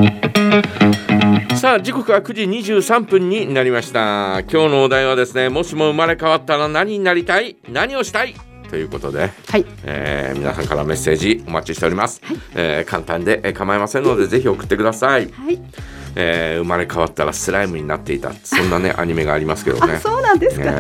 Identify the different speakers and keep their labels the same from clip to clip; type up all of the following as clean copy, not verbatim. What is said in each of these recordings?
Speaker 1: さあ時刻は9時23分になりました。今日のお題はですね、もしも生まれ変わったら何になりたい、何をしたいということで、
Speaker 2: はい、
Speaker 1: 皆さんからメッセージお待ちしております。はい、簡単で構いませんのでぜひ送ってください。
Speaker 2: はい、
Speaker 1: 生まれ変わったらスライムになっていた、そんなねアニメがありますけどね。
Speaker 2: あ、そうなんですか。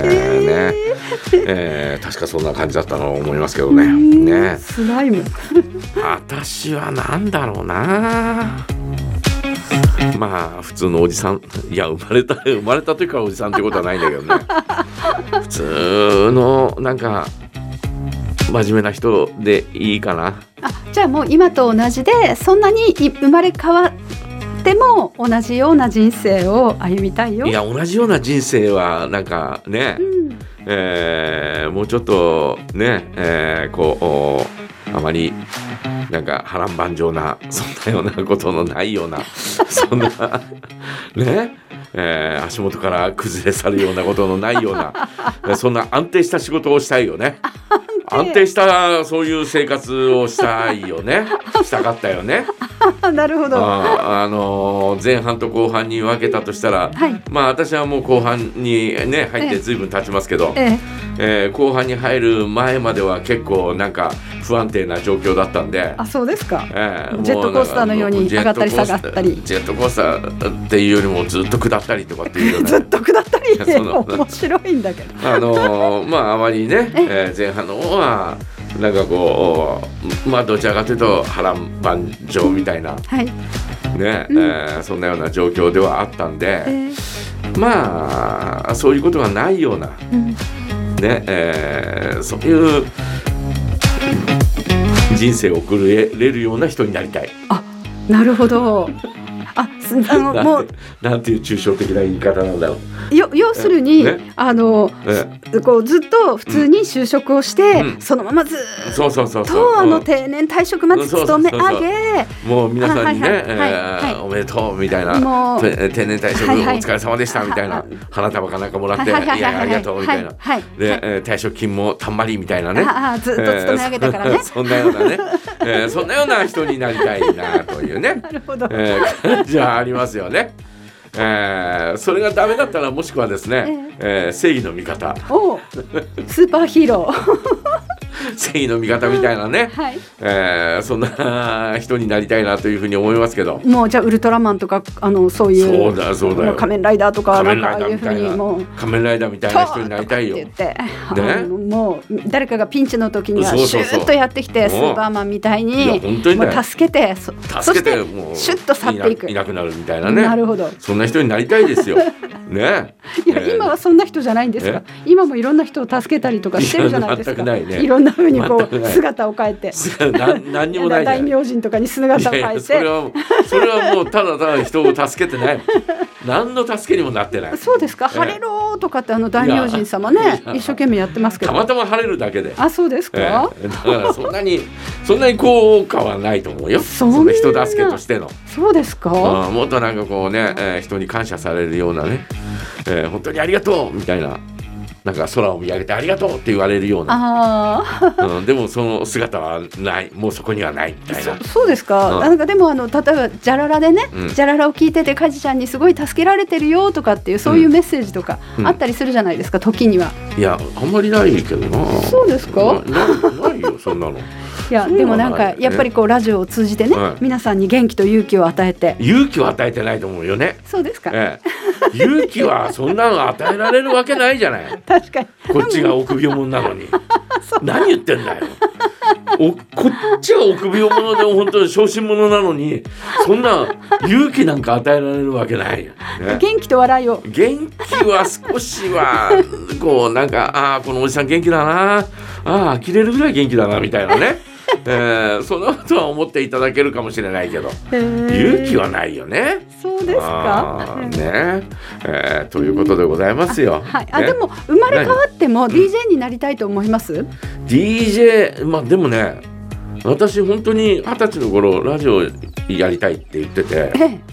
Speaker 1: 確かそんな感じだったのを思いますけどね。
Speaker 2: スライム
Speaker 1: 私はなんだろうな。まあ普通のおじさん、いや生まれた時からおじさんってことはないんだけどね。普通のなんか真面目な人でいいかな。
Speaker 2: じゃあもう今と同じで、そんなに生まれ変わっても同じような人生を歩みたいよ。
Speaker 1: いや同じような人生はなんかね、もうちょっとね、こうあまりなんか波乱万丈なそんなようなことのないようなそんなね、足元から崩れ去るようなことのないようなそんな安定した仕事をしたいよね。安定したそういう生活をしたいよね。したかったよね。
Speaker 2: なるほど。
Speaker 1: 前半と後半に分けたとしたら、
Speaker 2: はい、
Speaker 1: まあ私はもう後半にね入って随分経ちますけど、後半に入る前までは結構なんか不安定な状況だったんで。
Speaker 2: あ、そうですか。ジェットコースターのように上がったり下がったり。
Speaker 1: ジェットコースターっていうよりもずっと下ったりとかっていうよね。
Speaker 2: ずっと下ったり面白いんだけど。
Speaker 1: まああまりね、前半の方はなんかこうまあどちらかというと波乱万丈みたいな、
Speaker 2: はい、
Speaker 1: ね、そんなような状況ではあったんで、まあそういうことがないような、ね、そういう人生を送れるような人になりたい。
Speaker 2: あ、なるほど。もう
Speaker 1: なんていう抽象的な言い方なんだろう。
Speaker 2: 要するに、こうずっと普通に就職をして、そのままずっと定年退職まで勤め上げ、
Speaker 1: もう皆さんにねおめでとうみたいな、定年退職お疲れ様でしたみたいな花束かなんかもらって、いやありがとうみたいな、で退職金もたんまりみたいなね、
Speaker 2: ずっと勤め上げたからね。
Speaker 1: そんなようなね、そんなような人になりたいなというね感じはありますよね。それがダメだったら、もしくはですね、正義の味方
Speaker 2: スーパーヒーロー
Speaker 1: 正義の味方みたいなね、そんな人になりたいなというふうに思いますけど。
Speaker 2: もうじゃあウルトラマンとかそういう
Speaker 1: そうだよ
Speaker 2: 仮面ライダーとかなんかああいうふうにもう
Speaker 1: 仮面ライダーみたいな人になりたいよ
Speaker 2: って言って、もう誰かがピンチの時にはシューッとやってきて、スーパーマンみたいにもう助けてそしてシュッと去っていく、
Speaker 1: いなくなるみたいなね。
Speaker 2: なるほど。
Speaker 1: そんな人になりたいですよね。
Speaker 2: いや今はそんな人じゃないんですか。今もいろんな人を助けたりとかしてるじゃないですか。いろんな風にこう姿を変えて、
Speaker 1: 何にもない。
Speaker 2: 大名人とかに姿を変えて、
Speaker 1: それはもうただただ人を助けてない。何の助けにもなってない。
Speaker 2: そうですか。晴れろとかって大名人様ね一生懸命やってますけど、
Speaker 1: たまたま晴れるだけで。
Speaker 2: あ、そうですか。
Speaker 1: だからそんなに効果はないと思うよ。その人助けとしての。
Speaker 2: そうですか。
Speaker 1: もっとなんかこうね、人に感謝されるようなね、本当にありがとうみたいな、なんか空を見上げてありがとうって言われるような、でもその姿はない、もうそこにはないみたいな。
Speaker 2: そうですか。なんかでも例えばジャララでね、ジャララを聞いててカジちゃんにすごい助けられてるよとかっていう、そういうメッセージとかあったりするじゃないですか、時には。
Speaker 1: いやあんまりないけどな。
Speaker 2: そうですか。
Speaker 1: ないよそんなの。
Speaker 2: いやでもなんかやっぱりこうラジオを通じてね、皆さんに元気と勇気を与えて。
Speaker 1: 勇気を与えてないと思うよね。
Speaker 2: そうですか。
Speaker 1: 勇気はそんなの与えられるわけないじゃない。
Speaker 2: 確かに。
Speaker 1: こっちが臆病者なのに何言ってんだよ。こっちが臆病者でも本当に小心者なのに、そんな勇気なんか与えられるわけないよ、ね。
Speaker 2: 元気と笑いを。
Speaker 1: 元気は少しはこうなんか、このおじさん元気だな、呆れるぐらい元気だなみたいなね。そのことは思っていただけるかもしれないけど、勇気はないよね。
Speaker 2: そうですか。
Speaker 1: ということでございますよ。
Speaker 2: でも生まれ変わっても DJ になりたいと思います？
Speaker 1: DJ、でもね、私本当に20歳の頃ラジオやりたいって言ってて、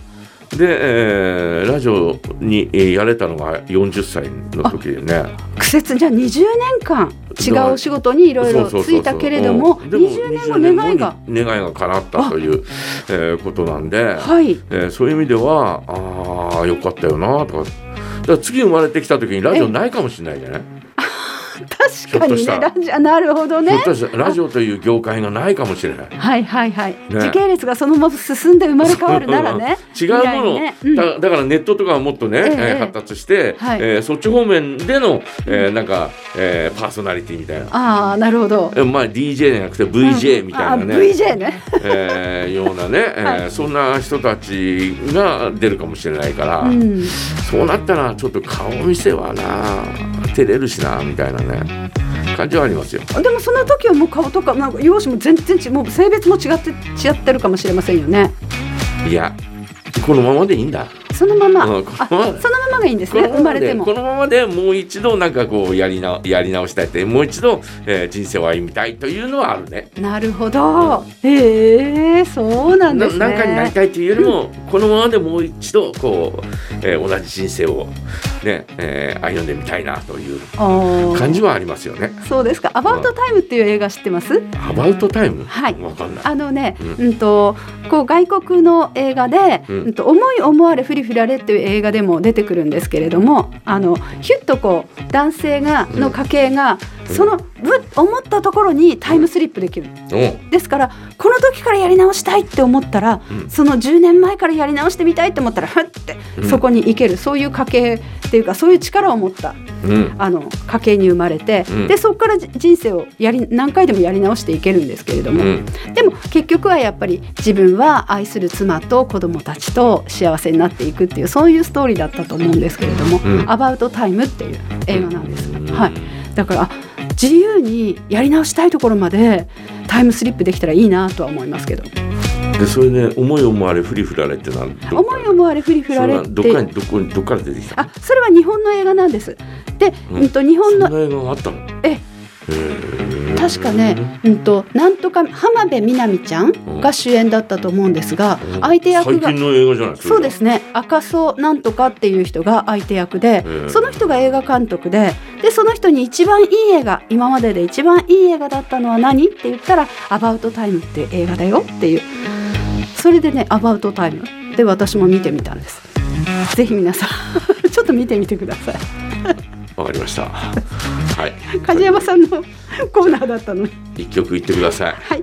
Speaker 1: で、ラジオにやれたのが40歳の時でね。
Speaker 2: 苦節じゃあ20年間違うお仕事にいろいろついたけれども、20年後願いが
Speaker 1: 叶ったという、ことなんで、
Speaker 2: はい、
Speaker 1: そういう意味ではよかったよなとか。だから次生まれてきた時にラジオないかもしれないじゃない。
Speaker 2: 確かにね、ラジオ、なるほどね。
Speaker 1: ラジオという業界がないかもしれない。
Speaker 2: はいはいはい、ね、時系列がそのまま進んで生まれ変わるならね
Speaker 1: 違うもの、ね、だからネットとかはもっとね、発達して、はい、そっち方面での、なんか、パーソナリティみたいな。
Speaker 2: なるほど。
Speaker 1: まあ DJ じゃなくて VJ みたいなね、
Speaker 2: VJ ね
Speaker 1: ようなね、はい、そんな人たちが出るかもしれないから、そうなったらちょっと顔見せはな照れるしなみたいなね感じはありますよ。
Speaker 2: でもその時はもう顔とかなんか容姿も全然もう性別も違ってるかもしれませんよね。
Speaker 1: いやこのままでいいんだ。
Speaker 2: そのまま、そのままがいいんですね。生まれても
Speaker 1: このままでもう一度なんかこうやり直したいってもう一度、人生を歩みたいというのはあるね。
Speaker 2: なるほど、そうなんですね。
Speaker 1: 何かになりたいというよりも、このままでもう一度こう、同じ人生をね、歩んでみたいなという感じはありますよね。
Speaker 2: そうですか。アバウトタイムっていう映画知ってます？
Speaker 1: アバウトタイム？
Speaker 2: はい。
Speaker 1: わかんない。
Speaker 2: こう外国の映画で、思い思われふりふられっていう映画でも出てくるんですけれども、ヒュッとこう男性の家系が、その思ったところにタイムスリップできる、ですからこの時からやり直したいって思ったら、その10年前からやり直してみたいって思ったらふってそこに行ける、そういう家系っていうかそういう力を持った、家系に生まれて、でそこから人生を何回でもやり直していけるんですけれども、でも結局はやっぱり自分は愛する妻と子供たちと幸せになっていくっていう、そういうストーリーだったと思うんですけれども、アバウトタイムっていう映画なんです、はい、だから自由にやり直したいところまでタイムスリップできたらいいなとは思いますけど。
Speaker 1: でそれね、思い思われふりふられってのは
Speaker 2: 思い思われふりふられってどっ
Speaker 1: から出てきたの？
Speaker 2: それは日本の映画なんです。で、日本の
Speaker 1: そんな映画があったの？
Speaker 2: 確かね、なんとか浜辺美波ちゃんが主演だったと思うんですが、相手役が
Speaker 1: 最近の映画じゃないですか。
Speaker 2: そうですね、赤楚なんとかっていう人が相手役で、その人が映画監督で、その人に一番いい映画、今までで一番いい映画だったのは何って言ったらアバウトタイムっていう映画だよっていう、それでね、アバウトタイムで私も見てみたんです。ぜひ皆さんちょっと見てみてください。
Speaker 1: わかりました。はい。
Speaker 2: 梶山さんのコーナーだったのに
Speaker 1: 一曲言ってください。
Speaker 2: はい。